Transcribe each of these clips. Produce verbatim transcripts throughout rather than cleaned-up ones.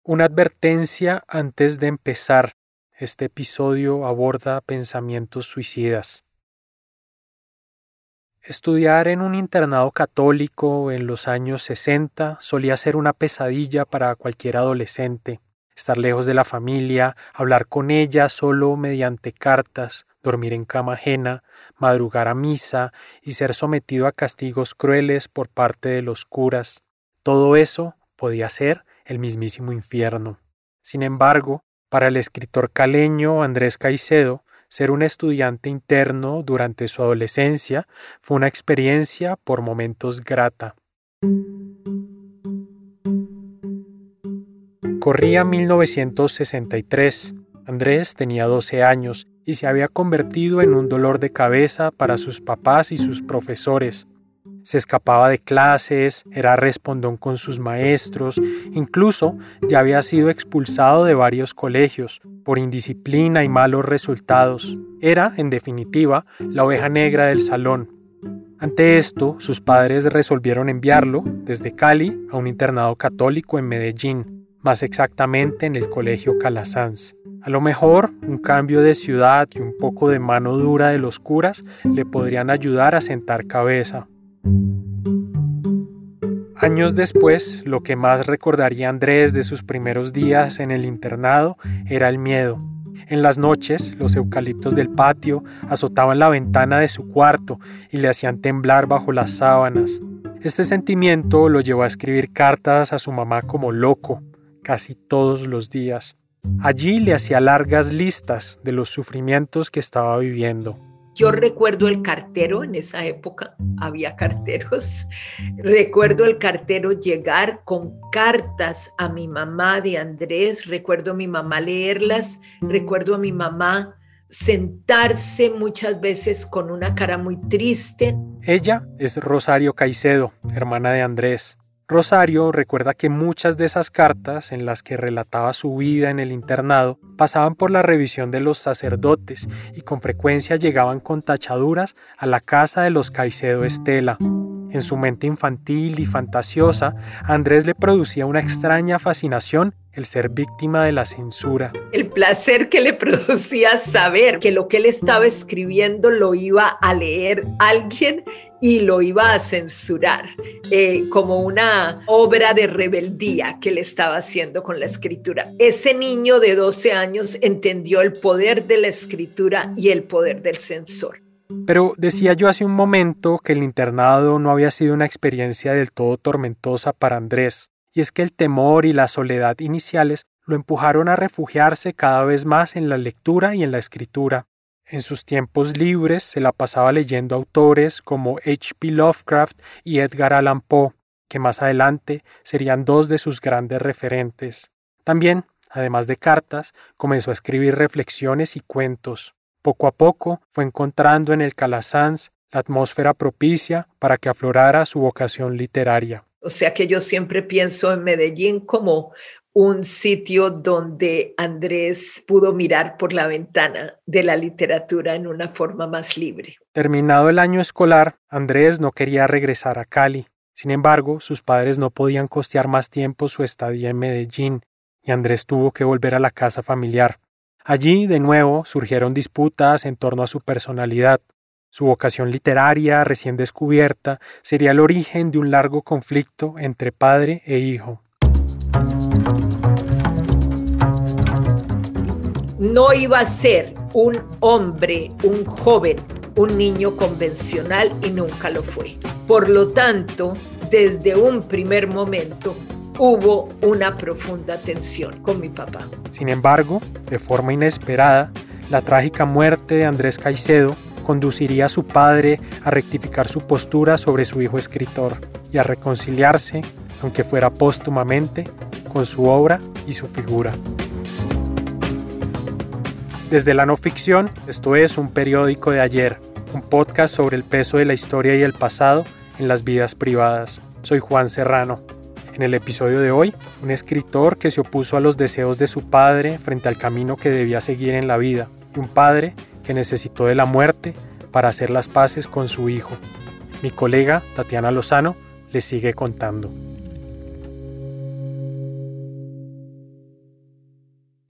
Una advertencia antes de empezar. Este episodio aborda pensamientos suicidas. Estudiar en un internado católico en los años sesenta solía ser una pesadilla para cualquier adolescente. Estar lejos de la familia, hablar con ella solo mediante cartas, dormir en cama ajena, madrugar a misa y ser sometido a castigos crueles por parte de los curas. Todo eso podía ser el mismísimo infierno. Sin embargo, para el escritor caleño Andrés Caicedo, ser un estudiante interno durante su adolescencia fue una experiencia por momentos grata. Corría mil novecientos sesenta y tres. Andrés tenía doce años y se había convertido en un dolor de cabeza para sus papás y sus profesores. Se escapaba de clases, era respondón con sus maestros, incluso ya había sido expulsado de varios colegios por indisciplina y malos resultados. Era, en definitiva, la oveja negra del salón. Ante esto, sus padres resolvieron enviarlo desde Cali a un internado católico en Medellín, más exactamente en el Colegio Calasanz. A lo mejor, un cambio de ciudad y un poco de mano dura de los curas le podrían ayudar a sentar cabeza. Años después, lo que más recordaría Andrés de sus primeros días en el internado era el miedo. En las noches, los eucaliptos del patio azotaban la ventana de su cuarto y le hacían temblar bajo las sábanas. Este sentimiento lo llevó a escribir cartas a su mamá como loco, casi todos los días. Allí le hacía largas listas de los sufrimientos que estaba viviendo. Yo recuerdo el cartero, en esa época había carteros, recuerdo el cartero llegar con cartas a mi mamá de Andrés, recuerdo a mi mamá leerlas, recuerdo a mi mamá sentarse muchas veces con una cara muy triste. Ella es Rosario Caicedo, hermana de Andrés. Rosario recuerda que muchas de esas cartas en las que relataba su vida en el internado pasaban por la revisión de los sacerdotes y con frecuencia llegaban con tachaduras a la casa de los Caicedo Estela. En su mente infantil y fantasiosa, a Andrés le producía una extraña fascinación el ser víctima de la censura. El placer que le producía saber que lo que él estaba escribiendo lo iba a leer alguien y lo iba a censurar, eh, como una obra de rebeldía que le estaba haciendo con la escritura. Ese niño de doce años entendió el poder de la escritura y el poder del censor. Pero decía yo hace un momento que el internado no había sido una experiencia del todo tormentosa para Andrés, y es que el temor y la soledad iniciales lo empujaron a refugiarse cada vez más en la lectura y en la escritura. En sus tiempos libres se la pasaba leyendo autores como H P Lovecraft y Edgar Allan Poe, que más adelante serían dos de sus grandes referentes. También, además de cartas, comenzó a escribir reflexiones y cuentos. Poco a poco fue encontrando en el Calasanz la atmósfera propicia para que aflorara su vocación literaria. O sea que yo siempre pienso en Medellín como un sitio donde Andrés pudo mirar por la ventana de la literatura en una forma más libre. Terminado el año escolar, Andrés no quería regresar a Cali. Sin embargo, sus padres no podían costear más tiempo su estadía en Medellín y Andrés tuvo que volver a la casa familiar. Allí, de nuevo, surgieron disputas en torno a su personalidad. Su vocación literaria, recién descubierta, sería el origen de un largo conflicto entre padre e hijo. No iba a ser un hombre, un joven, un niño convencional y nunca lo fue. Por lo tanto, desde un primer momento, hubo una profunda tensión con mi papá. Sin embargo, de forma inesperada, la trágica muerte de Andrés Caicedo conduciría a su padre a rectificar su postura sobre su hijo escritor y a reconciliarse, aunque fuera póstumamente, con su obra y su figura. Desde la no ficción, esto es Un Periódico de Ayer, un podcast sobre el peso de la historia y el pasado en las vidas privadas. Soy Juan Serrano. En el episodio de hoy, un escritor que se opuso a los deseos de su padre frente al camino que debía seguir en la vida, y un padre que necesitó de la muerte para hacer las paces con su hijo. Mi colega Tatiana Lozano les sigue contando.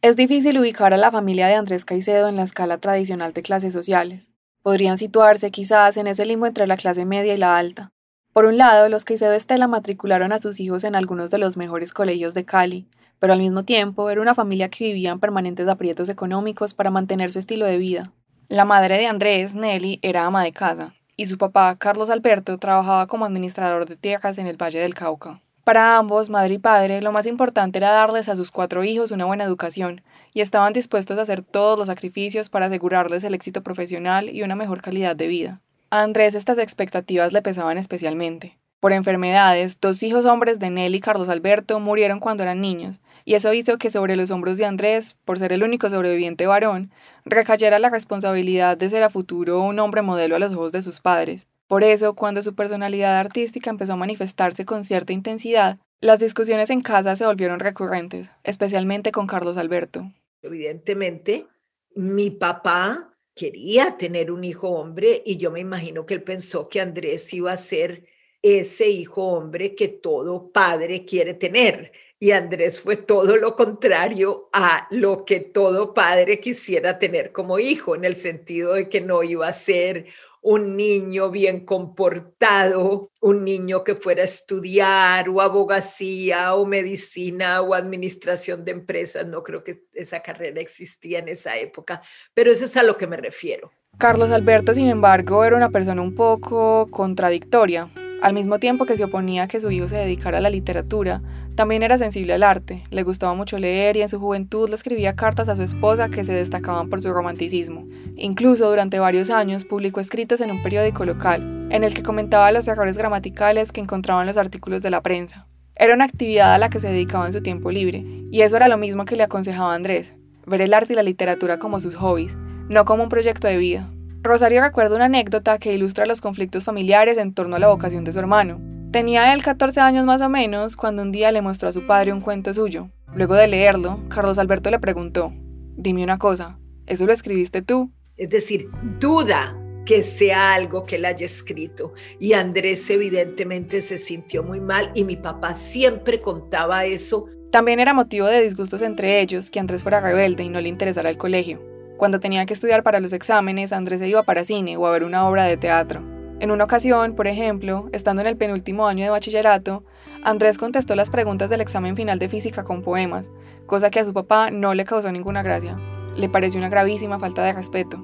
Es difícil ubicar a la familia de Andrés Caicedo en la escala tradicional de clases sociales. Podrían situarse quizás en ese limbo entre la clase media y la alta. Por un lado, los Caicedo Estela matricularon a sus hijos en algunos de los mejores colegios de Cali, pero al mismo tiempo era una familia que vivía en permanentes aprietos económicos para mantener su estilo de vida. La madre de Andrés, Nelly, era ama de casa, y su papá, Carlos Alberto, trabajaba como administrador de tierras en el Valle del Cauca. Para ambos, madre y padre, lo más importante era darles a sus cuatro hijos una buena educación, y estaban dispuestos a hacer todos los sacrificios para asegurarles el éxito profesional y una mejor calidad de vida. A Andrés estas expectativas le pesaban especialmente. Por enfermedades, dos hijos hombres de Nelly y Carlos Alberto murieron cuando eran niños, y eso hizo que sobre los hombros de Andrés, por ser el único sobreviviente varón, recayera la responsabilidad de ser a futuro un hombre modelo a los ojos de sus padres. Por eso, cuando su personalidad artística empezó a manifestarse con cierta intensidad, las discusiones en casa se volvieron recurrentes, especialmente con Carlos Alberto. Evidentemente, mi papá quería tener un hijo hombre y yo me imagino que él pensó que Andrés iba a ser ese hijo hombre que todo padre quiere tener. Y Andrés fue todo lo contrario a lo que todo padre quisiera tener como hijo, en el sentido de que no iba a ser un niño bien comportado, un niño que fuera a estudiar o abogacía o medicina o administración de empresas. No creo que esa carrera existía en esa época, pero eso es a lo que me refiero. Carlos Alberto, sin embargo, era una persona un poco contradictoria. Al mismo tiempo que se oponía a que su hijo se dedicara a la literatura, también era sensible al arte, le gustaba mucho leer y en su juventud le escribía cartas a su esposa que se destacaban por su romanticismo. Incluso durante varios años publicó escritos en un periódico local, en el que comentaba los errores gramaticales que encontraba en los artículos de la prensa. Era una actividad a la que se dedicaba en su tiempo libre, y eso era lo mismo que le aconsejaba a Andrés, ver el arte y la literatura como sus hobbies, no como un proyecto de vida. Rosario recuerda una anécdota que ilustra los conflictos familiares en torno a la vocación de su hermano. Tenía él catorce años más o menos cuando un día le mostró a su padre un cuento suyo. Luego de leerlo, Carlos Alberto le preguntó: «Dime una cosa, ¿eso lo escribiste tú?». Es decir, duda que sea algo que él haya escrito. Y Andrés evidentemente se sintió muy mal y mi papá siempre contaba eso. También era motivo de disgustos entre ellos que Andrés fuera rebelde y no le interesara el colegio. Cuando tenía que estudiar para los exámenes, Andrés se iba para cine o a ver una obra de teatro. En una ocasión, por ejemplo, estando en el penúltimo año de bachillerato, Andrés contestó las preguntas del examen final de física con poemas, cosa que a su papá no le causó ninguna gracia. Le pareció una gravísima falta de respeto.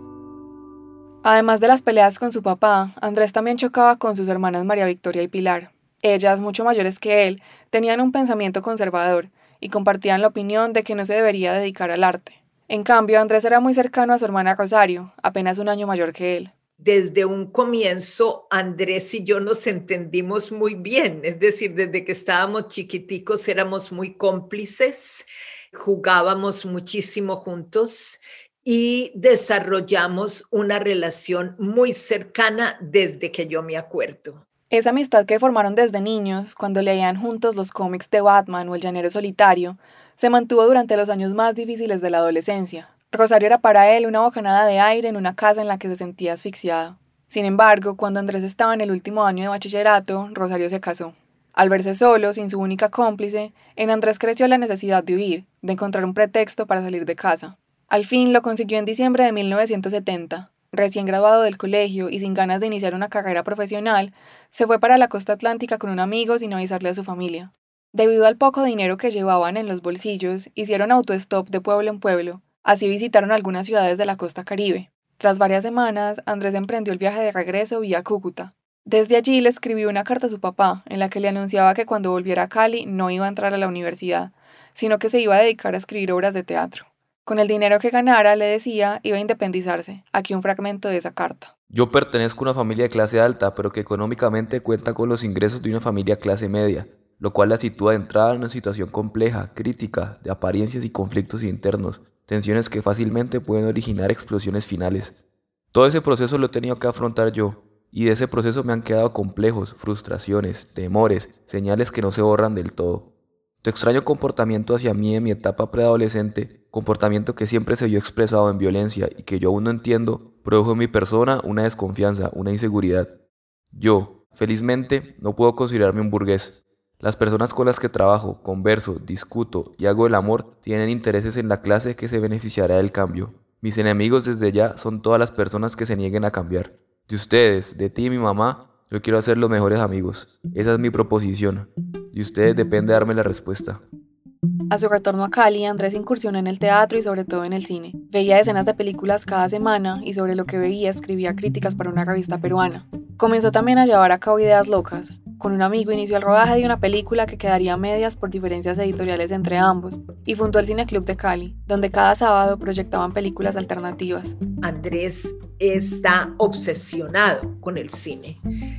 Además de las peleas con su papá, Andrés también chocaba con sus hermanas María Victoria y Pilar. Ellas, mucho mayores que él, tenían un pensamiento conservador y compartían la opinión de que no se debería dedicar al arte. En cambio, Andrés era muy cercano a su hermana Rosario, apenas un año mayor que él. Desde un comienzo, Andrés y yo nos entendimos muy bien, es decir, desde que estábamos chiquiticos éramos muy cómplices, jugábamos muchísimo juntos y desarrollamos una relación muy cercana desde que yo me acuerdo. Esa amistad que formaron desde niños, cuando leían juntos los cómics de Batman o El Llanero Solitario, se mantuvo durante los años más difíciles de la adolescencia. Rosario era para él una bocanada de aire en una casa en la que se sentía asfixiado. Sin embargo, cuando Andrés estaba en el último año de bachillerato, Rosario se casó. Al verse solo, sin su única cómplice, en Andrés creció la necesidad de huir, de encontrar un pretexto para salir de casa. Al fin lo consiguió en diciembre de mil novecientos setenta. Recién graduado del colegio y sin ganas de iniciar una carrera profesional, se fue para la costa atlántica con un amigo sin avisarle a su familia. Debido al poco dinero que llevaban en los bolsillos, hicieron autostop de pueblo en pueblo. Así visitaron algunas ciudades de la costa caribe. Tras varias semanas, Andrés emprendió el viaje de regreso vía Cúcuta. Desde allí le escribió una carta a su papá, en la que le anunciaba que cuando volviera a Cali no iba a entrar a la universidad, sino que se iba a dedicar a escribir obras de teatro. Con el dinero que ganara, le decía, iba a independizarse. Aquí un fragmento de esa carta. Yo pertenezco a una familia de clase alta, pero que económicamente cuenta con los ingresos de una familia clase media, lo cual la sitúa de entrada en una situación compleja, crítica, de apariencias y conflictos internos, tensiones que fácilmente pueden originar explosiones finales. Todo ese proceso lo he tenido que afrontar yo, y de ese proceso me han quedado complejos, frustraciones, temores, señales que no se borran del todo. Tu extraño comportamiento hacia mí en mi etapa preadolescente, comportamiento que siempre se vio expresado en violencia y que yo aún no entiendo, produjo en mi persona una desconfianza, una inseguridad. Yo, felizmente, no puedo considerarme un burgués. Las personas con las que trabajo, converso, discuto y hago el amor tienen intereses en la clase que se beneficiará del cambio. Mis enemigos desde ya son todas las personas que se nieguen a cambiar. De ustedes, de ti y mi mamá, yo quiero hacer los mejores amigos. Esa es mi proposición. De ustedes depende darme la respuesta. A su retorno a Cali, Andrés incursionó en el teatro y sobre todo en el cine. Veía escenas de películas cada semana y sobre lo que veía escribía críticas para una revista peruana. Comenzó también a llevar a cabo ideas locas. Con un amigo inició el rodaje de una película que quedaría a medias por diferencias editoriales entre ambos y fundó el Cineclub de Cali, donde cada sábado proyectaban películas alternativas. Andrés está obsesionado con el cine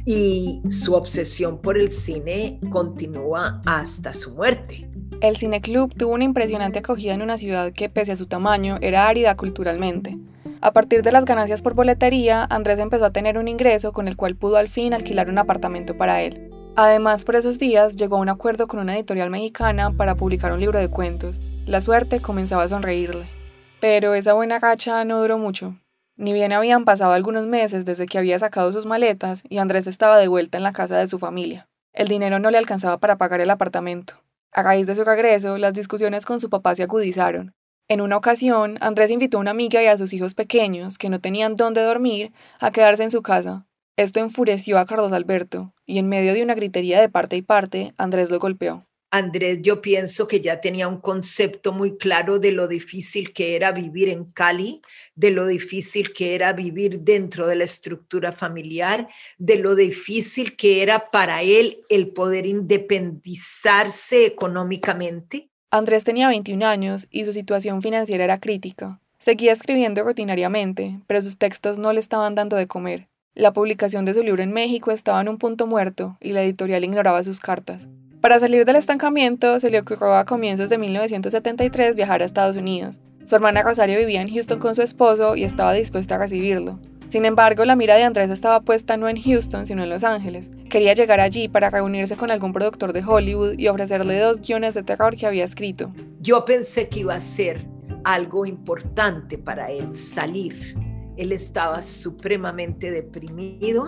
y su obsesión por el cine continúa hasta su muerte. El Cineclub tuvo una impresionante acogida en una ciudad que, pese a su tamaño, era árida culturalmente. A partir de las ganancias por boletería, Andrés empezó a tener un ingreso con el cual pudo al fin alquilar un apartamento para él. Además, por esos días llegó a un acuerdo con una editorial mexicana para publicar un libro de cuentos. La suerte comenzaba a sonreírle. Pero esa buena racha no duró mucho. Ni bien habían pasado algunos meses desde que había sacado sus maletas y Andrés estaba de vuelta en la casa de su familia. El dinero no le alcanzaba para pagar el apartamento. A raíz de su regreso, las discusiones con su papá se agudizaron. En una ocasión, Andrés invitó a una amiga y a sus hijos pequeños, que no tenían dónde dormir, a quedarse en su casa. Esto enfureció a Carlos Alberto, y en medio de una gritería de parte y parte, Andrés lo golpeó. Andrés, yo pienso que ya tenía un concepto muy claro de lo difícil que era vivir en Cali, de lo difícil que era vivir dentro de la estructura familiar, de lo difícil que era para él el poder independizarse económicamente. Andrés tenía veintiún años y su situación financiera era crítica. Seguía escribiendo rutinariamente, pero sus textos no le estaban dando de comer. La publicación de su libro en México estaba en un punto muerto y la editorial ignoraba sus cartas. Para salir del estancamiento, se le ocurrió a comienzos de mil novecientos setenta y tres viajar a Estados Unidos. Su hermana Rosario vivía en Houston con su esposo y estaba dispuesta a recibirlo. Sin embargo, la mira de Andrés estaba puesta no en Houston, sino en Los Ángeles. Quería llegar allí para reunirse con algún productor de Hollywood y ofrecerle dos guiones de terror que había escrito. Yo pensé que iba a ser algo importante para él salir. Él estaba supremamente deprimido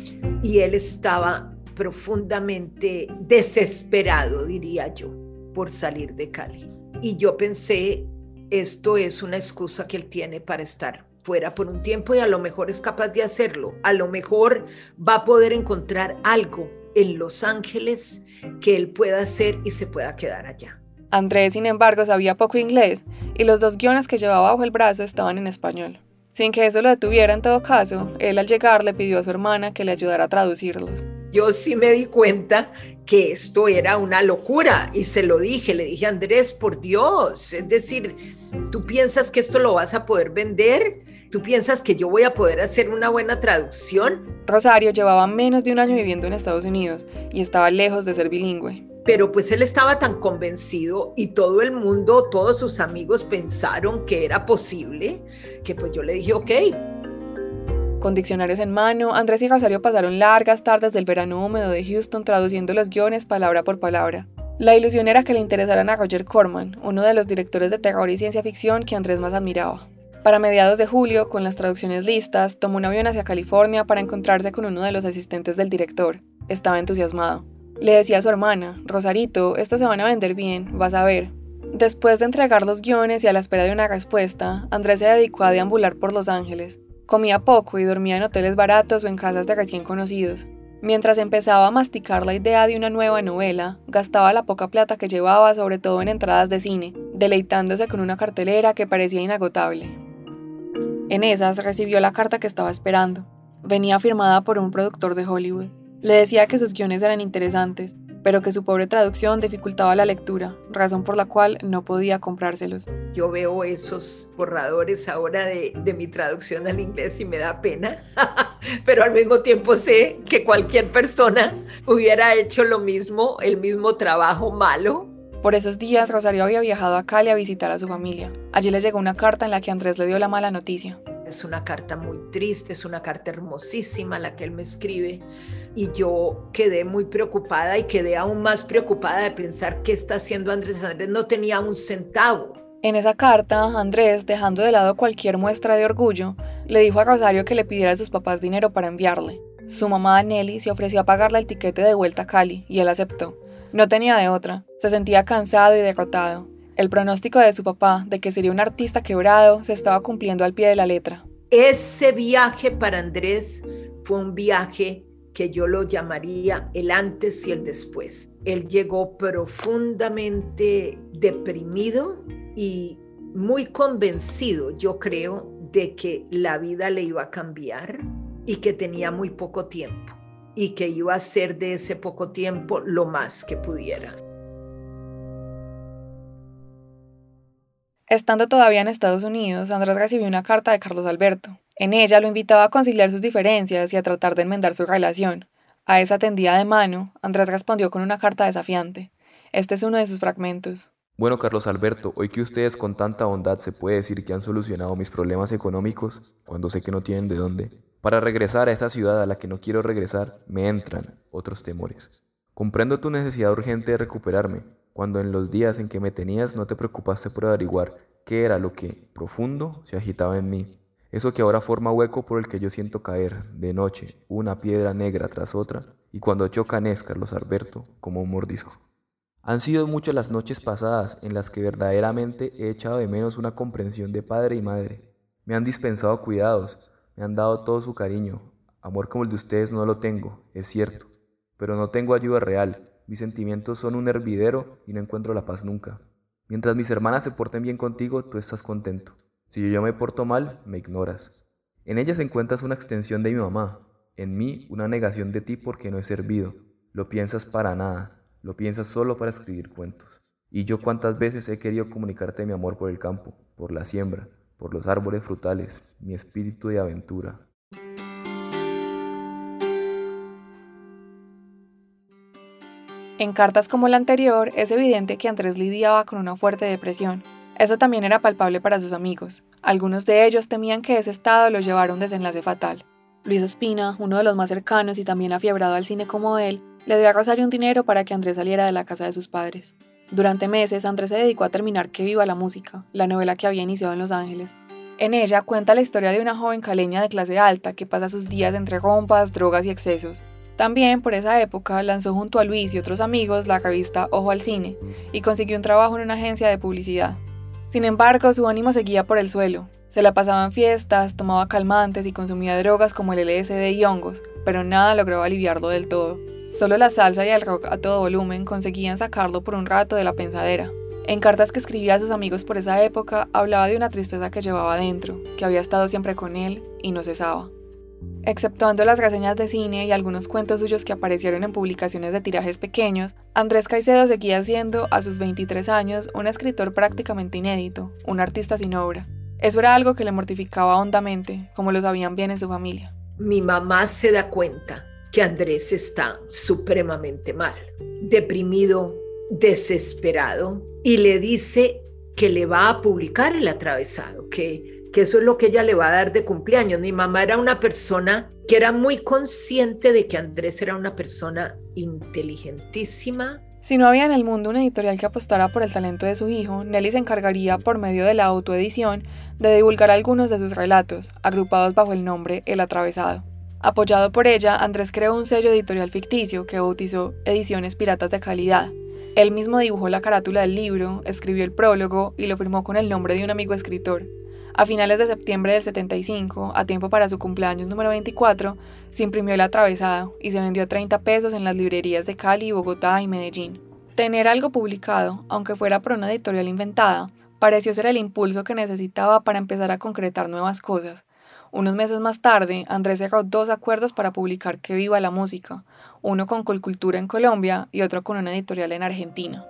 y él estaba profundamente desesperado, diría yo, por salir de Cali. Y yo pensé, esto es una excusa que él tiene para estar fuera por un tiempo y a lo mejor es capaz de hacerlo. A lo mejor va a poder encontrar algo en Los Ángeles que él pueda hacer y se pueda quedar allá. Andrés, sin embargo, sabía poco inglés y los dos guiones que llevaba bajo el brazo estaban en español. Sin que eso lo detuviera en todo caso, él al llegar le pidió a su hermana que le ayudara a traducirlos. Yo sí me di cuenta que esto era una locura y se lo dije, le dije, Andrés, por Dios, es decir, ¿tú piensas que esto lo vas a poder vender? ¿Tú piensas que yo voy a poder hacer una buena traducción? Rosario llevaba menos de un año viviendo en Estados Unidos y estaba lejos de ser bilingüe. Pero pues él estaba tan convencido y todo el mundo, todos sus amigos pensaron que era posible, que pues yo le dije, ok. Con diccionarios en mano, Andrés y Rosario pasaron largas tardes del verano húmedo de Houston traduciendo los guiones palabra por palabra. La ilusión era que le interesaran a Roger Corman, uno de los directores de terror y ciencia ficción que Andrés más admiraba. Para mediados de julio, con las traducciones listas, tomó un avión hacia California para encontrarse con uno de los asistentes del director. Estaba entusiasmado. Le decía a su hermana, Rosarito, estos se van a vender bien, vas a ver. Después de entregar los guiones y a la espera de una respuesta, Andrés se dedicó a deambular por Los Ángeles. Comía poco y dormía en hoteles baratos o en casas de recién conocidos. Mientras empezaba a masticar la idea de una nueva novela, gastaba la poca plata que llevaba sobre todo en entradas de cine, deleitándose con una cartelera que parecía inagotable. En esas recibió la carta que estaba esperando. Venía firmada por un productor de Hollywood. Le decía que sus guiones eran interesantes, pero que su pobre traducción dificultaba la lectura, razón por la cual no podía comprárselos. Yo veo esos borradores ahora de, de mi traducción al inglés y me da pena, pero al mismo tiempo sé que cualquier persona hubiera hecho lo mismo, el mismo trabajo malo. Por esos días, Rosario había viajado a Cali a visitar a su familia. Allí le llegó una carta en la que Andrés le dio la mala noticia. Es una carta muy triste, es una carta hermosísima la que él me escribe y yo quedé muy preocupada y quedé aún más preocupada de pensar qué está haciendo Andrés. Andrés no tenía un centavo. En esa carta, Andrés, dejando de lado cualquier muestra de orgullo, le dijo a Rosario que le pidiera a sus papás dinero para enviarle. Su mamá, Nelly, se ofreció a pagarle el tiquete de vuelta a Cali y él aceptó. No tenía de otra, se sentía cansado y derrotado. El pronóstico de su papá de que sería un artista quebrado se estaba cumpliendo al pie de la letra. Ese viaje para Andrés fue un viaje que yo lo llamaría el antes y el después. Él llegó profundamente deprimido y muy convencido, yo creo, de que la vida le iba a cambiar y que tenía muy poco tiempo y que iba a hacer de ese poco tiempo lo más que pudiera. Estando todavía en Estados Unidos, Andrés recibió una carta de Carlos Alberto. En ella lo invitaba a conciliar sus diferencias y a tratar de enmendar su relación. A esa tendida de mano, Andrés respondió con una carta desafiante. Este es uno de sus fragmentos. Bueno, Carlos Alberto, hoy que ustedes con tanta bondad se puede decir que han solucionado mis problemas económicos, cuando sé que no tienen de dónde, para regresar a esa ciudad a la que no quiero regresar, me entran otros temores. Comprendo tu necesidad urgente de recuperarme, cuando en los días en que me tenías no te preocupaste por averiguar qué era lo que, profundo, se agitaba en mí. Eso que ahora forma hueco por el que yo siento caer, de noche, una piedra negra tras otra, y cuando chocan es, Carlos Alberto, como un mordisco. Han sido muchas las noches pasadas en las que verdaderamente he echado de menos una comprensión de padre y madre. Me han dispensado cuidados, me han dado todo su cariño. Amor como el de ustedes no lo tengo, es cierto, pero no tengo ayuda real. Mis sentimientos son un hervidero y no encuentro la paz nunca. Mientras mis hermanas se porten bien contigo, tú estás contento. Si yo me porto mal, me ignoras. En ellas encuentras una extensión de mi mamá. En mí, una negación de ti porque no he servido. Lo piensas para nada. Lo piensas solo para escribir cuentos. Y yo cuántas veces he querido comunicarte mi amor por el campo, por la siembra, por los árboles frutales, mi espíritu de aventura. En cartas como la anterior, es evidente que Andrés lidiaba con una fuerte depresión. Eso también era palpable para sus amigos. Algunos de ellos temían que ese estado lo llevara a un desenlace fatal. Luis Ospina, uno de los más cercanos y también afiebrado al cine como él, le dio a Rosario un dinero para que Andrés saliera de la casa de sus padres. Durante meses, Andrés se dedicó a terminar Que viva la música, la novela que había iniciado en Los Ángeles. En ella cuenta la historia de una joven caleña de clase alta que pasa sus días entre rompas, drogas y excesos. También, por esa época, lanzó junto a Luis y otros amigos la revista Ojo al Cine y consiguió un trabajo en una agencia de publicidad. Sin embargo, su ánimo seguía por el suelo. Se la pasaba en fiestas, tomaba calmantes y consumía drogas como el L S D y hongos, pero nada logró aliviarlo del todo. Solo la salsa y el rock a todo volumen conseguían sacarlo por un rato de la pensadera. En cartas que escribía a sus amigos por esa época, hablaba de una tristeza que llevaba dentro, que había estado siempre con él y no cesaba. Exceptuando las reseñas de cine y algunos cuentos suyos que aparecieron en publicaciones de tirajes pequeños, Andrés Caicedo seguía siendo, a sus veintitrés años, un escritor prácticamente inédito, un artista sin obra. Eso era algo que le mortificaba hondamente, como lo sabían bien en su familia. Mi mamá se da cuenta que Andrés está supremamente mal, deprimido, desesperado, y le dice que le va a publicar El Atravesado, que que eso es lo que ella le va a dar de cumpleaños. Mi mamá era una persona que era muy consciente de que Andrés era una persona inteligentísima. Si no había en el mundo una editorial que apostara por el talento de su hijo, Nelly se encargaría, por medio de la autoedición, de divulgar algunos de sus relatos, agrupados bajo el nombre El Atravesado. Apoyado por ella, Andrés creó un sello editorial ficticio que bautizó Ediciones Piratas de Calidad. Él mismo dibujó la carátula del libro, escribió el prólogo y lo firmó con el nombre de un amigo escritor. A finales de septiembre del setenta y cinco, a tiempo para su cumpleaños número veinticuatro, se imprimió El Atravesado y se vendió a treinta pesos en las librerías de Cali, Bogotá y Medellín. Tener algo publicado, aunque fuera por una editorial inventada, pareció ser el impulso que necesitaba para empezar a concretar nuevas cosas. Unos meses más tarde, Andrés cerró dos acuerdos para publicar Que viva la música, uno con Colcultura en Colombia y otro con una editorial en Argentina.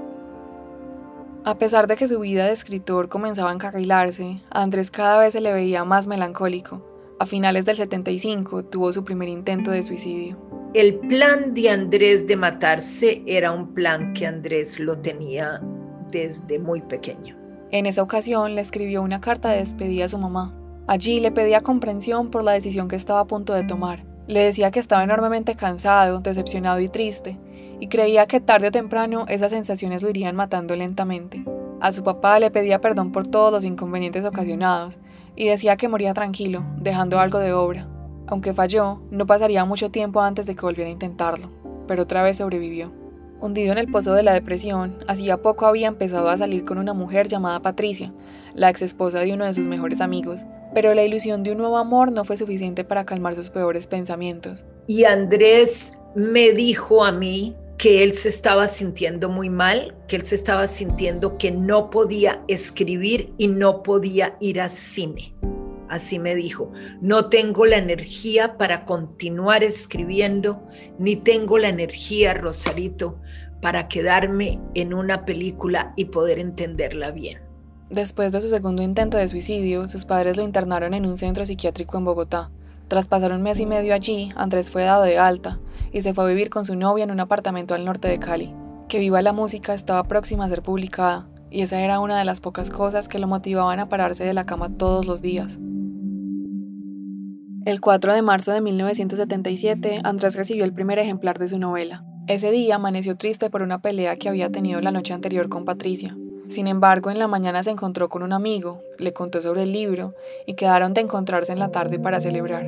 A pesar de que su vida de escritor comenzaba a encarrilarse, a Andrés cada vez se le veía más melancólico. A finales del setenta y cinco tuvo su primer intento de suicidio. El plan de Andrés de matarse era un plan que Andrés lo tenía desde muy pequeño. En esa ocasión le escribió una carta de despedida a su mamá. Allí le pedía comprensión por la decisión que estaba a punto de tomar. Le decía que estaba enormemente cansado, decepcionado y triste, y creía que tarde o temprano esas sensaciones lo irían matando lentamente. A su papá le pedía perdón por todos los inconvenientes ocasionados, y decía que moría tranquilo, dejando algo de obra. Aunque falló, no pasaría mucho tiempo antes de que volviera a intentarlo, pero otra vez sobrevivió. Hundido en el pozo de la depresión, hacía poco había empezado a salir con una mujer llamada Patricia, la ex esposa de uno de sus mejores amigos, pero la ilusión de un nuevo amor no fue suficiente para calmar sus peores pensamientos. Y Andrés me dijo a mí que él se estaba sintiendo muy mal, que él se estaba sintiendo que no podía escribir y no podía ir al cine. Así me dijo, no tengo la energía para continuar escribiendo, ni tengo la energía, Rosarito, para quedarme en una película y poder entenderla bien. Después de su segundo intento de suicidio, sus padres lo internaron en un centro psiquiátrico en Bogotá. Tras pasar un mes y medio allí, Andrés fue dado de alta y se fue a vivir con su novia en un apartamento al norte de Cali. Que Viva la Música estaba próxima a ser publicada, y esa era una de las pocas cosas que lo motivaban a pararse de la cama todos los días. El cuatro de marzo de mil novecientos setenta y siete, Andrés recibió el primer ejemplar de su novela. Ese día amaneció triste por una pelea que había tenido la noche anterior con Patricia. Sin embargo, en la mañana se encontró con un amigo, le contó sobre el libro y quedaron de encontrarse en la tarde para celebrar.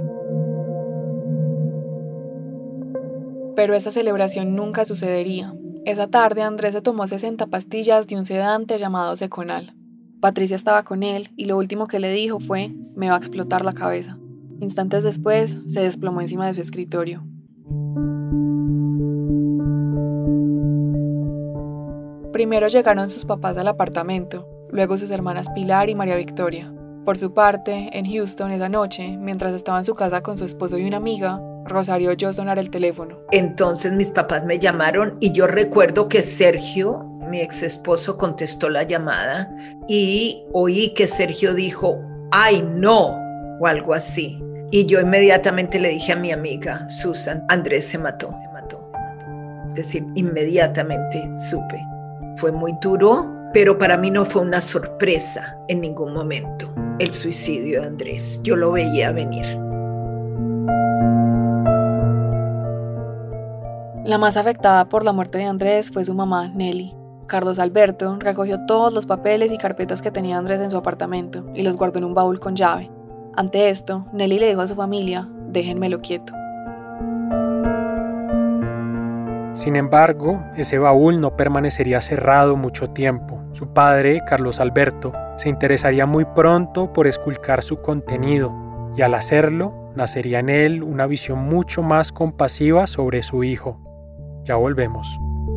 Pero esa celebración nunca sucedería. Esa tarde Andrés se tomó sesenta pastillas de un sedante llamado Seconal. Patricia estaba con él y lo último que le dijo fue: «Me va a explotar la cabeza». Instantes después, se desplomó encima de su escritorio. Primero llegaron sus papás al apartamento, luego sus hermanas Pilar y María Victoria. Por su parte, en Houston esa noche, mientras estaba en su casa con su esposo y una amiga, Rosario oyó sonar el teléfono. Entonces mis papás me llamaron y yo recuerdo que Sergio, mi ex esposo, contestó la llamada y oí que Sergio dijo, ¡ay no!, o algo así. Y yo inmediatamente le dije a mi amiga Susan, Andrés se mató, se mató, se mató. Es decir, inmediatamente supe. Fue muy duro, pero para mí no fue una sorpresa en ningún momento el suicidio de Andrés. Yo lo veía venir. La más afectada por la muerte de Andrés fue su mamá, Nelly. Carlos Alberto recogió todos los papeles y carpetas que tenía Andrés en su apartamento y los guardó en un baúl con llave. Ante esto, Nelly le dijo a su familia, déjenmelo quieto. Sin embargo, ese baúl no permanecería cerrado mucho tiempo. Su padre, Carlos Alberto, se interesaría muy pronto por esculcar su contenido, y al hacerlo, nacería en él una visión mucho más compasiva sobre su hijo. Ya volvemos.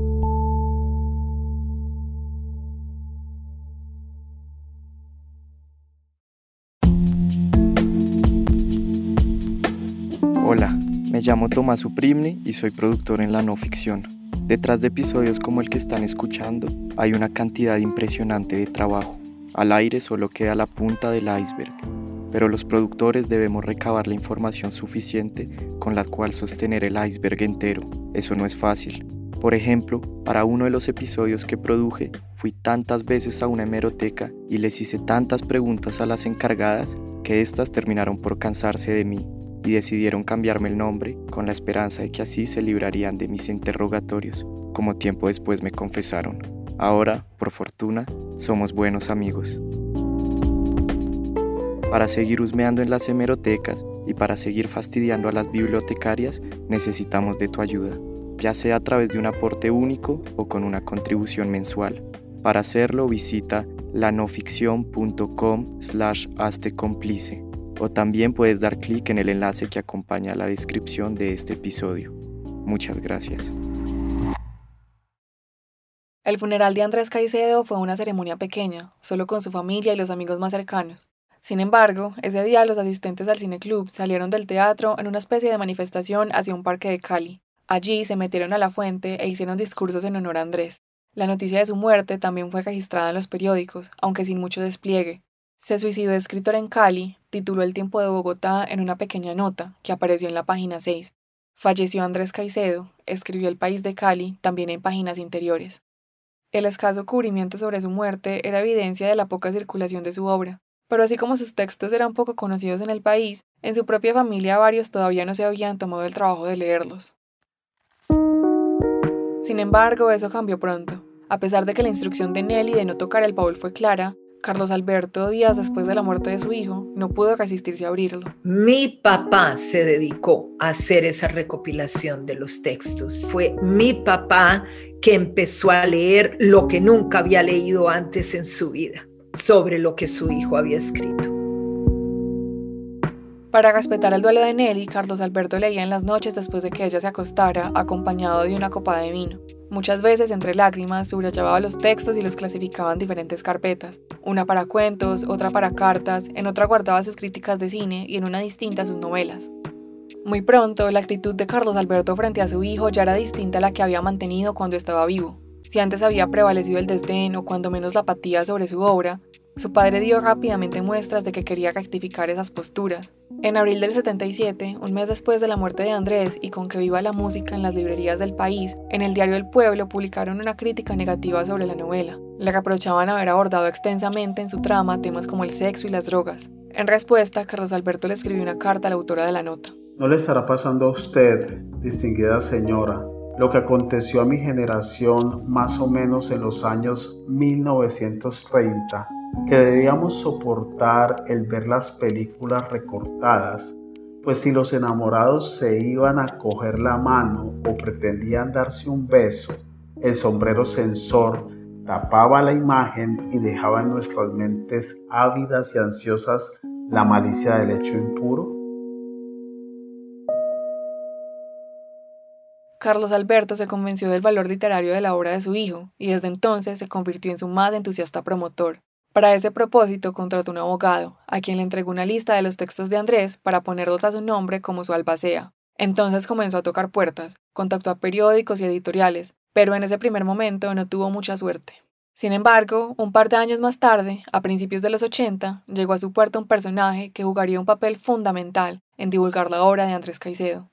Hola, me llamo Tomás Suprimni y soy productor en la no ficción. Detrás de episodios como el que están escuchando, hay una cantidad impresionante de trabajo. Al aire solo queda la punta del iceberg, pero los productores debemos recabar la información suficiente con la cual sostener el iceberg entero. Eso no es fácil. Por ejemplo, para uno de los episodios que produje, fui tantas veces a una hemeroteca y les hice tantas preguntas a las encargadas que éstas terminaron por cansarse de mí y decidieron cambiarme el nombre con la esperanza de que así se librarían de mis interrogatorios, como tiempo después me confesaron. Ahora, por fortuna, somos buenos amigos. Para seguir husmeando en las hemerotecas y para seguir fastidiando a las bibliotecarias, necesitamos de tu ayuda, ya sea a través de un aporte único o con una contribución mensual. Para hacerlo, visita lanoficcion.com slash hazte cómplice. O también puedes dar clic en el enlace que acompaña la descripción de este episodio. Muchas gracias. El funeral de Andrés Caicedo fue una ceremonia pequeña, solo con su familia y los amigos más cercanos. Sin embargo, ese día los asistentes al cineclub salieron del teatro en una especie de manifestación hacia un parque de Cali. Allí se metieron a la fuente e hicieron discursos en honor a Andrés. La noticia de su muerte también fue registrada en los periódicos, aunque sin mucho despliegue. Se suicidó escritor en Cali, tituló El Tiempo de Bogotá en una pequeña nota que apareció en la página seis. Falleció Andrés Caicedo, escribió El País de Cali, también en páginas interiores. El escaso cubrimiento sobre su muerte era evidencia de la poca circulación de su obra, pero así como sus textos eran poco conocidos en el país, en su propia familia varios todavía no se habían tomado el trabajo de leerlos. Sin embargo, eso cambió pronto. A pesar de que la instrucción de Nelly de no tocar el baúl fue clara, Carlos Alberto, días después de la muerte de su hijo, no pudo resistirse a abrirlo. Mi papá se dedicó a hacer esa recopilación de los textos. Fue mi papá que empezó a leer lo que nunca había leído antes en su vida sobre lo que su hijo había escrito. Para respetar el duelo de Nelly, Carlos Alberto leía en las noches después de que ella se acostara, acompañado de una copa de vino. Muchas veces, entre lágrimas, subrayaba los textos y los clasificaba en diferentes carpetas. Una para cuentos, otra para cartas, en otra guardaba sus críticas de cine y en una distinta sus novelas. Muy pronto, la actitud de Carlos Alberto frente a su hijo ya era distinta a la que había mantenido cuando estaba vivo. Si antes había prevalecido el desdén o cuando menos la apatía sobre su obra, su padre dio rápidamente muestras de que quería rectificar esas posturas. En abril del setenta y siete, un mes después de la muerte de Andrés y con que viva la música en las librerías del país, en el diario El Pueblo publicaron una crítica negativa sobre la novela. Le reprochaban haber abordado extensamente en su trama temas como el sexo y las drogas. En respuesta, Carlos Alberto le escribió una carta a la autora de la nota. No le estará pasando a usted, distinguida señora, lo que aconteció a mi generación más o menos en los años mil novecientos treinta, que debíamos soportar el ver las películas recortadas, pues si los enamorados se iban a coger la mano o pretendían darse un beso, el sombrero censor tapaba la imagen y dejaba en nuestras mentes ávidas y ansiosas la malicia del hecho impuro. Carlos Alberto se convenció del valor literario de la obra de su hijo y desde entonces se convirtió en su más entusiasta promotor. Para ese propósito contrató un abogado, a quien le entregó una lista de los textos de Andrés para ponerlos a su nombre como su albacea. Entonces comenzó a tocar puertas, contactó a periódicos y editoriales, pero en ese primer momento no tuvo mucha suerte. Sin embargo, un par de años más tarde, a principios de los ochenta, llegó a su puerta un personaje que jugaría un papel fundamental en divulgar la obra de Andrés Caicedo.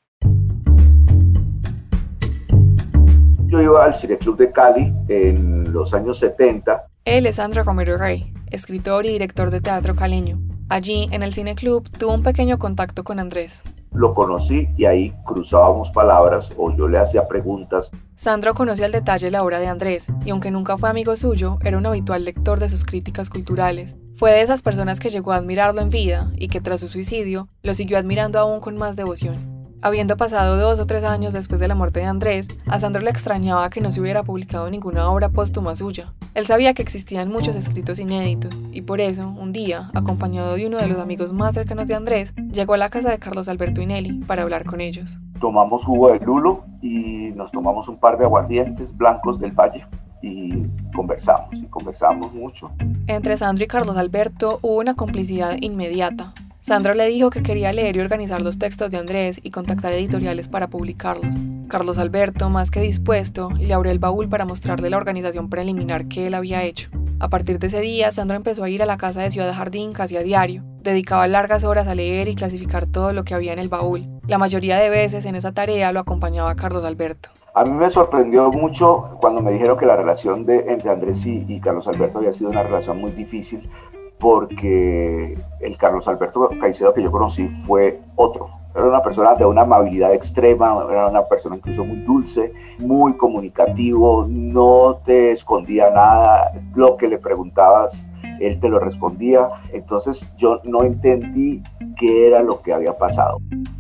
Yo iba al Cineclub de Cali en los años setenta. Él es Sandro Romero Rey, escritor y director de teatro caleño. Allí, en el Cineclub, tuvo un pequeño contacto con Andrés. Lo conocí y ahí cruzábamos palabras o yo le hacía preguntas. Sandro conoce al detalle la obra de Andrés y aunque nunca fue amigo suyo, era un habitual lector de sus críticas culturales. Fue de esas personas que llegó a admirarlo en vida y que tras su suicidio lo siguió admirando aún con más devoción. Habiendo pasado dos o tres años después de la muerte de Andrés, a Sandro le extrañaba que no se hubiera publicado ninguna obra póstuma suya. Él sabía que existían muchos escritos inéditos, y por eso, un día, acompañado de uno de los amigos más cercanos de Andrés, llegó a la casa de Carlos Alberto y Nelly para hablar con ellos. Tomamos jugo de lulo y nos tomamos un par de aguardientes blancos del valle y conversamos, y conversamos mucho. Entre Sandro y Carlos Alberto hubo una complicidad inmediata. Sandro le dijo que quería leer y organizar los textos de Andrés y contactar editoriales para publicarlos. Carlos Alberto, más que dispuesto, le abrió el baúl para mostrarle la organización preliminar que él había hecho. A partir de ese día, Sandro empezó a ir a la casa de Ciudad Jardín casi a diario. Dedicaba largas horas a leer y clasificar todo lo que había en el baúl. La mayoría de veces en esa tarea lo acompañaba Carlos Alberto. A mí me sorprendió mucho cuando me dijeron que la relación de, entre Andrés y, y Carlos Alberto había sido una relación muy difícil, porque el Carlos Alberto Caicedo que yo conocí fue otro. Era una persona de una amabilidad extrema, era una persona incluso muy dulce, muy comunicativo, no te escondía nada, lo que le preguntabas, él te lo respondía. Entonces yo no entendí qué era lo que había pasado.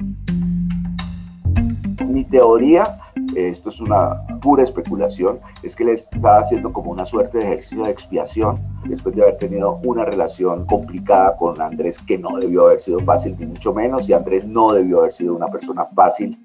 Mi teoría, esto es una pura especulación, es que le estaba haciendo como una suerte de ejercicio de expiación después de haber tenido una relación complicada con Andrés, que no debió haber sido fácil, ni mucho menos, y Andrés no debió haber sido una persona fácil.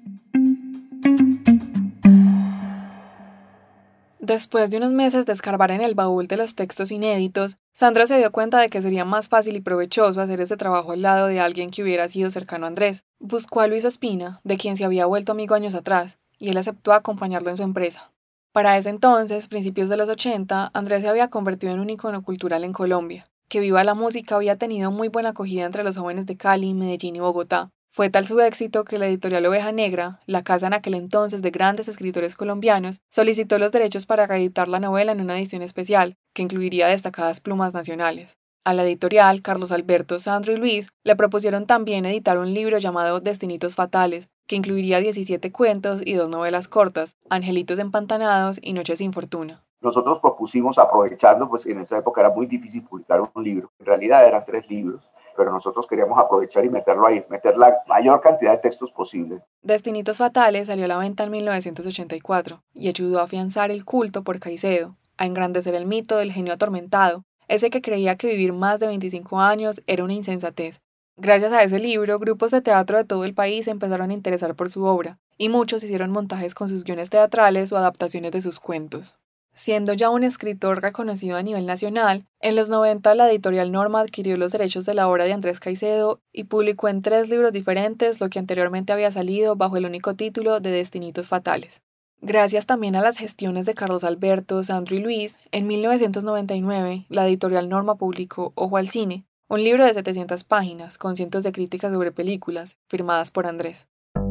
Después de unos meses de escarbar en el baúl de los textos inéditos, Sandro se dio cuenta de que sería más fácil y provechoso hacer ese trabajo al lado de alguien que hubiera sido cercano a Andrés. Buscó a Luis Ospina, de quien se había vuelto amigo años atrás, y él aceptó acompañarlo en su empresa. Para ese entonces, principios de los ochenta, Andrés se había convertido en un icono cultural en Colombia. Que Viva la Música había tenido muy buena acogida entre los jóvenes de Cali, Medellín y Bogotá. Fue tal su éxito que la editorial Oveja Negra, la casa en aquel entonces de grandes escritores colombianos, solicitó los derechos para reeditar la novela en una edición especial, que incluiría destacadas plumas nacionales. A la editorial, Carlos Alberto, Sandro y Luis le propusieron también editar un libro llamado Destinitos Fatales, que incluiría diecisiete cuentos y dos novelas cortas, Angelitos Empantanados y Noches sin Fortuna. Nosotros propusimos, aprovechando, pues en esa época era muy difícil publicar un libro, en realidad eran tres libros, pero nosotros queríamos aprovechar y meterlo ahí, meter la mayor cantidad de textos posible. Destinitos Fatales salió a la venta en mil novecientos ochenta y cuatro y ayudó a afianzar el culto por Caicedo, a engrandecer el mito del genio atormentado, ese que creía que vivir más de veinticinco años era una insensatez. Gracias a ese libro, grupos de teatro de todo el país se empezaron a interesar por su obra, y muchos hicieron montajes con sus guiones teatrales o adaptaciones de sus cuentos. Siendo ya un escritor reconocido a nivel nacional, en los noventa la editorial Norma adquirió los derechos de la obra de Andrés Caicedo y publicó en tres libros diferentes lo que anteriormente había salido bajo el único título de Destinitos Fatales. Gracias también a las gestiones de Carlos Alberto, Sandro y Luis, en mil novecientos noventa y nueve la editorial Norma publicó Ojo al Cine, un libro de setecientas páginas con cientos de críticas sobre películas, firmadas por Andrés.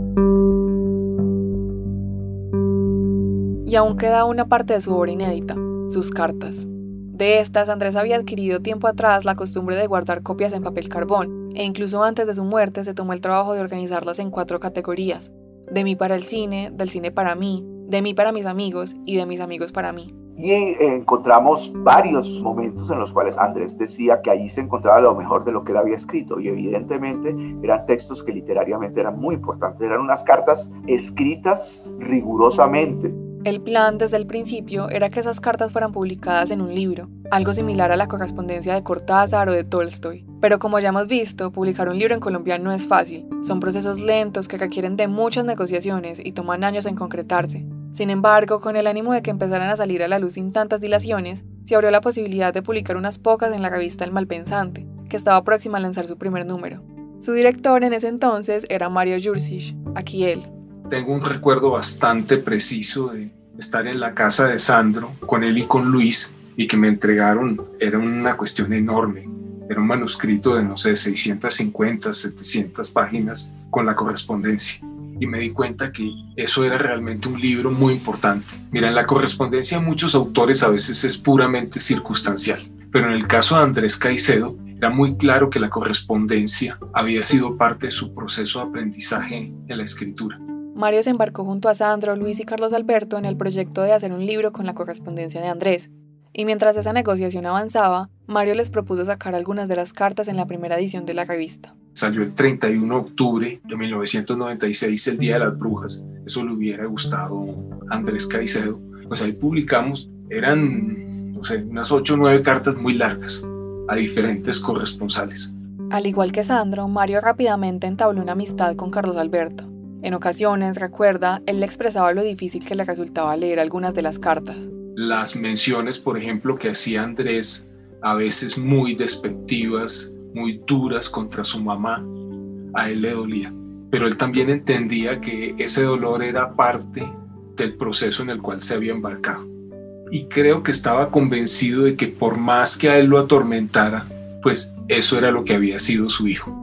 Y aún queda una parte de su obra inédita, sus cartas. De estas, Andrés había adquirido tiempo atrás la costumbre de guardar copias en papel carbón, e incluso antes de su muerte se tomó el trabajo de organizarlas en cuatro categorías: de mí para el cine, del cine para mí, de mí para mis amigos y de mis amigos para mí. Y eh, encontramos varios momentos en los cuales Andrés decía que allí se encontraba lo mejor de lo que él había escrito, y evidentemente eran textos que literariamente eran muy importantes, eran unas cartas escritas rigurosamente. El plan desde el principio era que esas cartas fueran publicadas en un libro, algo similar a la correspondencia de Cortázar o de Tolstoy. Pero como ya hemos visto, publicar un libro en Colombia no es fácil, son procesos lentos que requieren de muchas negociaciones y toman años en concretarse. Sin embargo, con el ánimo de que empezaran a salir a la luz sin tantas dilaciones, se abrió la posibilidad de publicar unas pocas en la revista El Malpensante, que estaba próxima a lanzar su primer número. Su director en ese entonces era Mario Jursic, aquí él. Tengo un recuerdo bastante preciso de estar en la casa de Sandro, con él y con Luis, y que me entregaron, era una cuestión enorme, era un manuscrito de, no sé, seiscientas cincuenta, setecientas páginas con la correspondencia. Y me di cuenta que eso era realmente un libro muy importante. Mira, en la correspondencia de muchos autores a veces es puramente circunstancial, pero en el caso de Andrés Caicedo era muy claro que la correspondencia había sido parte de su proceso de aprendizaje en la escritura. Mario se embarcó junto a Sandro, Luis y Carlos Alberto en el proyecto de hacer un libro con la correspondencia de Andrés. Y mientras esa negociación avanzaba, Mario les propuso sacar algunas de las cartas en la primera edición de la revista. Salió el treinta y uno de octubre de mil novecientos noventa y seis, el Día de las Brujas. Eso le hubiera gustado a Andrés Caicedo. Pues ahí publicamos, eran, no sé, unas ocho o nueve cartas muy largas a diferentes corresponsales. Al igual que Sandro, Mario rápidamente entabló una amistad con Carlos Alberto. En ocasiones, recuerda, él le expresaba lo difícil que le resultaba leer algunas de las cartas. Las menciones, por ejemplo, que hacía Andrés, a veces muy despectivas, muy duras contra su mamá, a él le dolía. Pero él también entendía que ese dolor era parte del proceso en el cual se había embarcado. Y creo que estaba convencido de que por más que a él lo atormentara, pues eso era lo que había sido su hijo.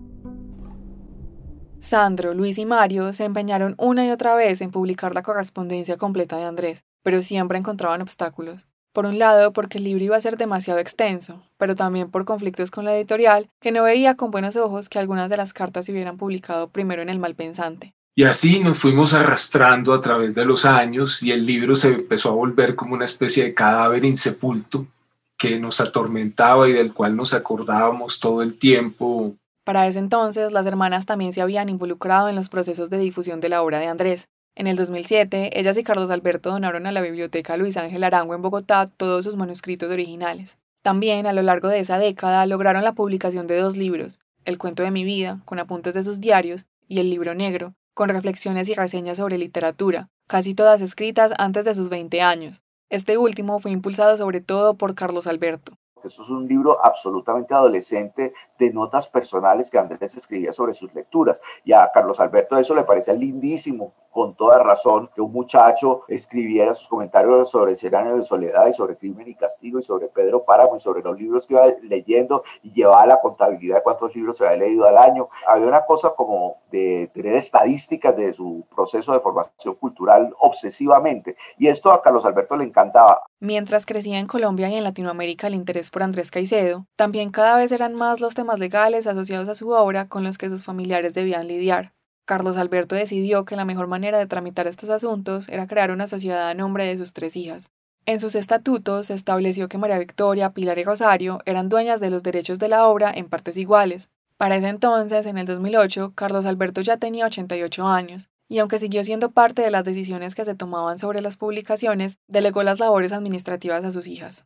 Sandro, Luis y Mario se empeñaron una y otra vez en publicar la correspondencia completa de Andrés, pero siempre encontraban obstáculos. Por un lado, porque el libro iba a ser demasiado extenso, pero también por conflictos con la editorial, que no veía con buenos ojos que algunas de las cartas se hubieran publicado primero en El Malpensante. Y así nos fuimos arrastrando a través de los años y el libro se empezó a volver como una especie de cadáver insepulto que nos atormentaba y del cual nos acordábamos todo el tiempo. Para ese entonces, las hermanas también se habían involucrado en los procesos de difusión de la obra de Andrés. En el dos mil siete, ellas y Carlos Alberto donaron a la Biblioteca Luis Ángel Arango en Bogotá todos sus manuscritos originales. También, a lo largo de esa década, lograron la publicación de dos libros, El cuento de mi vida, con apuntes de sus diarios, y El libro negro, con reflexiones y reseñas sobre literatura, casi todas escritas antes de sus veinte años. Este último fue impulsado sobre todo por Carlos Alberto. Eso es un libro absolutamente adolescente de notas personales que Andrés escribía sobre sus lecturas. Y a Carlos Alberto eso le parecía lindísimo, con toda razón, que un muchacho escribiera sus comentarios sobre Cien años de soledad y sobre Crimen y Castigo y sobre Pedro Páramo y sobre los libros que iba leyendo y llevaba la contabilidad de cuántos libros se había leído al año. Había una cosa como de tener estadísticas de su proceso de formación cultural obsesivamente. Y esto a Carlos Alberto le encantaba. Mientras crecía en Colombia y en Latinoamérica el interés por Andrés Caicedo, también cada vez eran más los temas legales asociados a su obra con los que sus familiares debían lidiar. Carlos Alberto decidió que la mejor manera de tramitar estos asuntos era crear una sociedad a nombre de sus tres hijas. En sus estatutos se estableció que María Victoria, Pilar y Rosario eran dueñas de los derechos de la obra en partes iguales. Para ese entonces, en el dos mil ocho, Carlos Alberto ya tenía ochenta y ocho años, y aunque siguió siendo parte de las decisiones que se tomaban sobre las publicaciones, delegó las labores administrativas a sus hijas.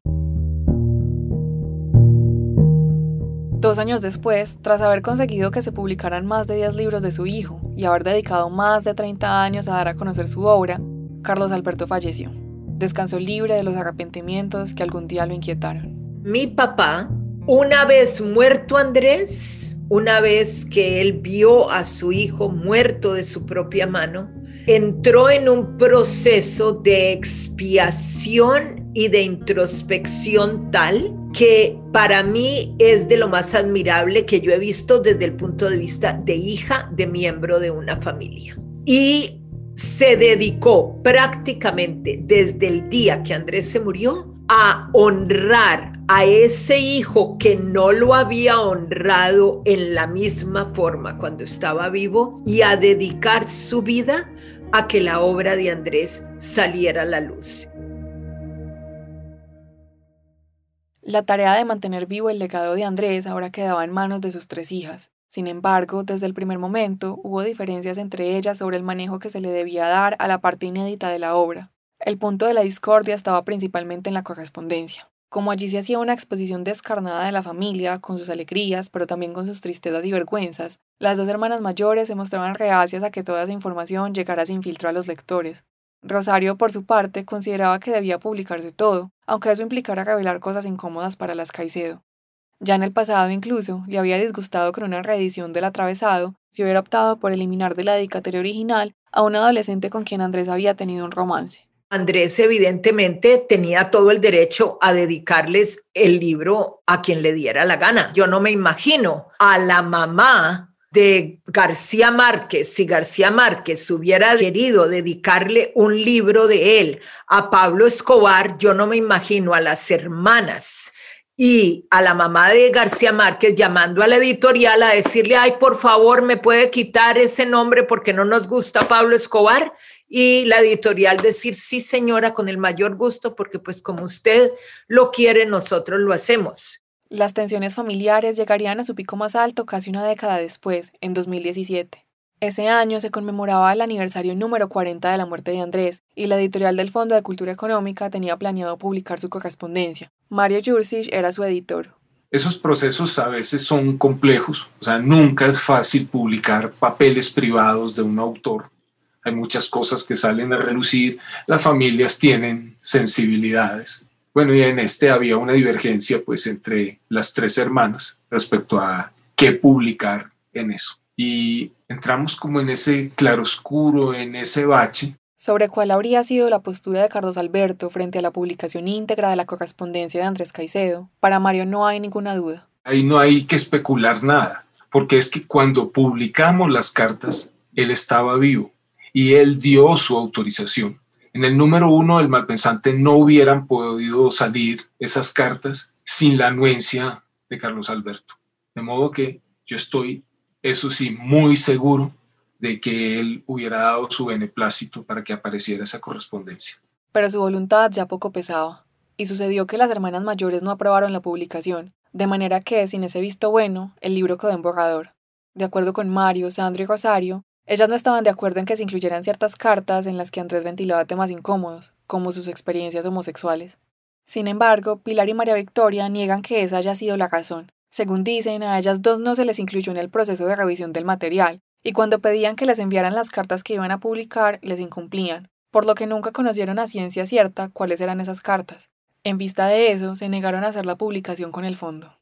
Dos años después, tras haber conseguido que se publicaran más de diez libros de su hijo y haber dedicado más de treinta años a dar a conocer su obra, Carlos Alberto falleció. Descansó libre de los arrepentimientos que algún día lo inquietaron. Mi papá, una vez muerto Andrés, una vez que él vio a su hijo muerto de su propia mano, entró en un proceso de expiación y de introspección tal que para mí es de lo más admirable que yo he visto desde el punto de vista de hija de miembro de una familia. Y se dedicó prácticamente desde el día que Andrés se murió a honrar a ese hijo que no lo había honrado en la misma forma cuando estaba vivo y a dedicar su vida a que la obra de Andrés saliera a la luz. La tarea de mantener vivo el legado de Andrés ahora quedaba en manos de sus tres hijas. Sin embargo, desde el primer momento hubo diferencias entre ellas sobre el manejo que se le debía dar a la parte inédita de la obra. El punto de la discordia estaba principalmente en la correspondencia. Como allí se hacía una exposición descarnada de la familia, con sus alegrías, pero también con sus tristezas y vergüenzas, las dos hermanas mayores se mostraban reacias a que toda esa información llegara sin filtro a los lectores. Rosario, por su parte, consideraba que debía publicarse todo, aunque eso implicara revelar cosas incómodas para las Caicedo. Ya en el pasado incluso, le había disgustado con una reedición del Atravesado si hubiera optado por eliminar de la dedicatoria original a un adolescente con quien Andrés había tenido un romance. Andrés evidentemente tenía todo el derecho a dedicarles el libro a quien le diera la gana. Yo no me imagino a la mamá de García Márquez, si García Márquez hubiera querido dedicarle un libro de él a Pablo Escobar, yo no me imagino a las hermanas y a la mamá de García Márquez llamando a la editorial a decirle, ay, por favor, ¿me puede quitar ese nombre porque no nos gusta Pablo Escobar? Y la editorial decir, sí, señora, con el mayor gusto, porque pues como usted lo quiere, nosotros lo hacemos. Las tensiones familiares llegarían a su pico más alto casi una década después, en dos mil diecisiete. Ese año se conmemoraba el aniversario número cuarenta de la muerte de Andrés, y la editorial del Fondo de Cultura Económica tenía planeado publicar su correspondencia. Mario Jurcic era su editor. Esos procesos a veces son complejos, o sea, nunca es fácil publicar papeles privados de un autor. Hay muchas cosas que salen a relucir, las familias tienen sensibilidades. Bueno, y en este había una divergencia pues entre las tres hermanas respecto a qué publicar en eso. Y entramos como en ese claroscuro, en ese bache. Sobre cuál habría sido la postura de Carlos Alberto frente a la publicación íntegra de la correspondencia de Andrés Caicedo, para Mario no hay ninguna duda. Ahí no hay que especular nada, porque es que cuando publicamos las cartas, él estaba vivo y él dio su autorización. En el número uno del Malpensante no hubieran podido salir esas cartas sin la anuencia de Carlos Alberto. De modo que yo estoy, eso sí, muy seguro de que él hubiera dado su beneplácito para que apareciera esa correspondencia. Pero su voluntad ya poco pesaba, y sucedió que las hermanas mayores no aprobaron la publicación, de manera que, sin ese visto bueno, el libro quedó en borrador. De acuerdo con Mario, Sandro y Rosario, ellas no estaban de acuerdo en que se incluyeran ciertas cartas en las que Andrés ventilaba temas incómodos, como sus experiencias homosexuales. Sin embargo, Pilar y María Victoria niegan que esa haya sido la razón. Según dicen, a ellas dos no se les incluyó en el proceso de revisión del material, y cuando pedían que les enviaran las cartas que iban a publicar, les incumplían, por lo que nunca conocieron a ciencia cierta cuáles eran esas cartas. En vista de eso, se negaron a hacer la publicación con el fondo.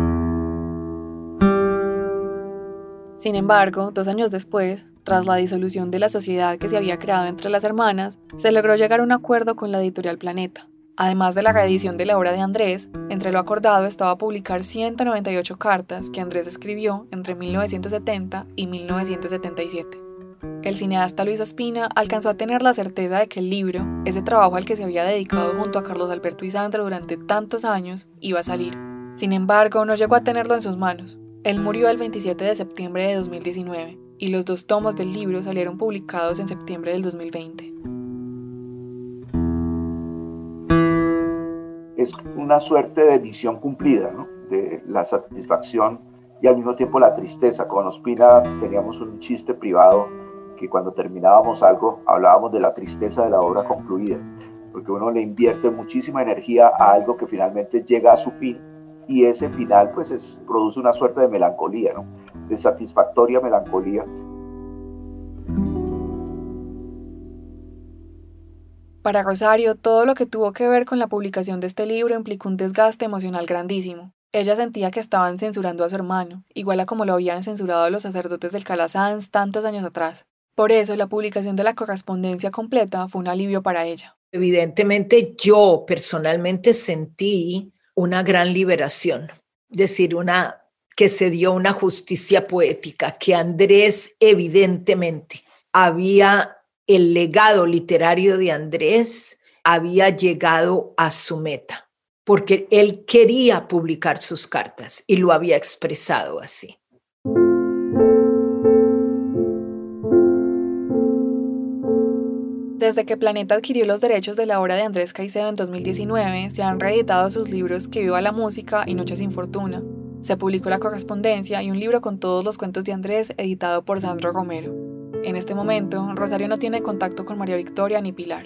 Sin embargo, dos años después, tras la disolución de la sociedad que se había creado entre las hermanas, se logró llegar a un acuerdo con la editorial Planeta. Además de la reedición de la obra de Andrés, entre lo acordado estaba publicar ciento noventa y ocho cartas que Andrés escribió entre mil novecientos setenta y mil novecientos setenta y siete. El cineasta Luis Ospina alcanzó a tener la certeza de que el libro, ese trabajo al que se había dedicado junto a Carlos Alberto y Sandro durante tantos años, iba a salir. Sin embargo, no llegó a tenerlo en sus manos. Él murió el veintisiete de septiembre de dos mil diecinueve, y los dos tomos del libro salieron publicados en septiembre del dos mil veinte. es una suerte de misión cumplida, ¿no? De la satisfacción y al mismo tiempo la tristeza. Con Ospina teníamos un chiste privado que cuando terminábamos algo hablábamos de la tristeza de la obra concluida, porque uno le invierte muchísima energía a algo que finalmente llega a su fin y ese final pues es, produce una suerte de melancolía, ¿no? De satisfactoria melancolía. Para Rosario, todo lo que tuvo que ver con la publicación de este libro implicó un desgaste emocional grandísimo. Ella sentía que estaban censurando a su hermano, igual a como lo habían censurado los sacerdotes del Calasanz tantos años atrás. Por eso, la publicación de la correspondencia completa fue un alivio para ella. Evidentemente, yo personalmente sentí una gran liberación, es decir, una, que se dio una justicia poética, que Andrés evidentemente había... El legado literario de Andrés había llegado a su meta, porque él quería publicar sus cartas y lo había expresado así. Desde que Planeta adquirió los derechos de la obra de Andrés Caicedo en dos mil diecinueve, se han reeditado sus libros Que viva la música y Noche sin fortuna. Se publicó La correspondencia y un libro con todos los cuentos de Andrés editado por Sandro Romero. En este momento, Rosario no tiene contacto con María Victoria ni Pilar.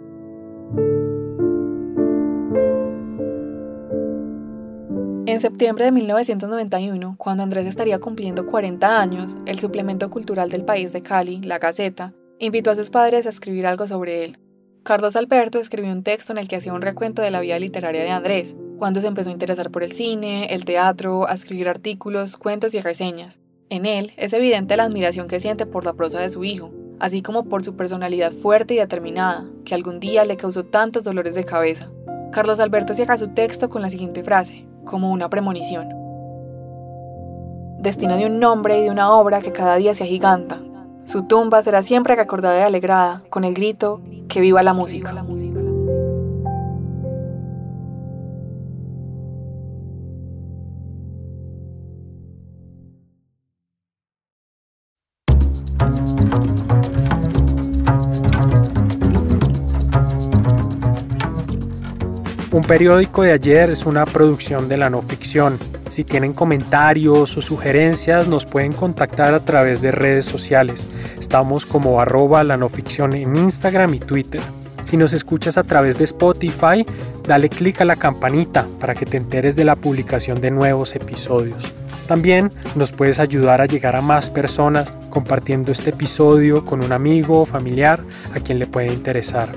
En septiembre de mil novecientos noventa y uno, cuando Andrés estaría cumpliendo cuarenta años, el suplemento cultural del país de Cali, La Gaceta, invitó a sus padres a escribir algo sobre él. Carlos Alberto escribió un texto en el que hacía un recuento de la vida literaria de Andrés, cuando se empezó a interesar por el cine, el teatro, a escribir artículos, cuentos y reseñas. En él es evidente la admiración que siente por la prosa de su hijo, así como por su personalidad fuerte y determinada, que algún día le causó tantos dolores de cabeza. Carlos Alberto cierra su texto con la siguiente frase, como una premonición. Destino de un nombre y de una obra que cada día se agiganta. Su tumba será siempre recordada y alegrada, con el grito, ¡que viva la música! Un periódico de ayer es una producción de la no ficción. Si tienen comentarios o sugerencias, nos pueden contactar a través de redes sociales. Estamos como arroba la no ficción en Instagram y Twitter. Si nos escuchas a través de Spotify, dale clic a la campanita para que te enteres de la publicación de nuevos episodios. También nos puedes ayudar a llegar a más personas compartiendo este episodio con un amigo o familiar a quien le puede interesar.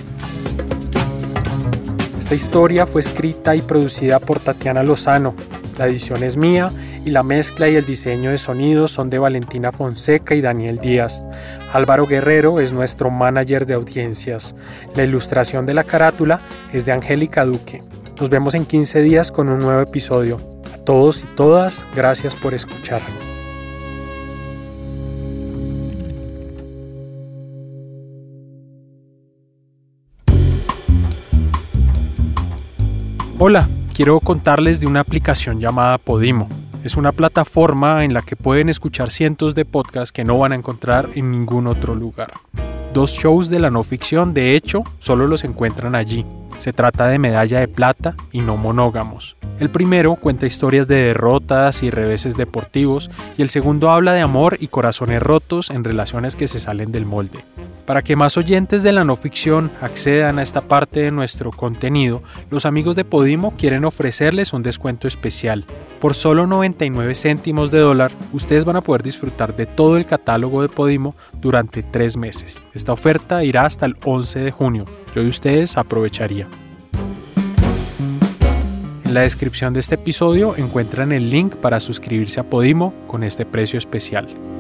Esta historia fue escrita y producida por Tatiana Lozano. La edición es mía y la mezcla y el diseño de sonido son de Valentina Fonseca y Daniel Díaz. Álvaro Guerrero es nuestro manager de audiencias. La ilustración de la carátula es de Angélica Duque. Nos vemos en quince días con un nuevo episodio. A todos y todas, gracias por escuchar. Hola, quiero contarles de una aplicación llamada Podimo. Es una plataforma en la que pueden escuchar cientos de podcasts que no van a encontrar en ningún otro lugar. Dos shows de la no ficción, de hecho, solo los encuentran allí. Se trata de Medalla de Plata y No Monógamos. El primero cuenta historias de derrotas y reveses deportivos y el segundo habla de amor y corazones rotos en relaciones que se salen del molde. Para que más oyentes de la no ficción accedan a esta parte de nuestro contenido, los amigos de Podimo quieren ofrecerles un descuento especial. Por solo noventa y nueve céntimos de dólar, ustedes van a poder disfrutar de todo el catálogo de Podimo durante tres meses. Esta oferta irá hasta el once de junio. Yo de ustedes aprovecharía. En la descripción de este episodio encuentran el link para suscribirse a Podimo con este precio especial.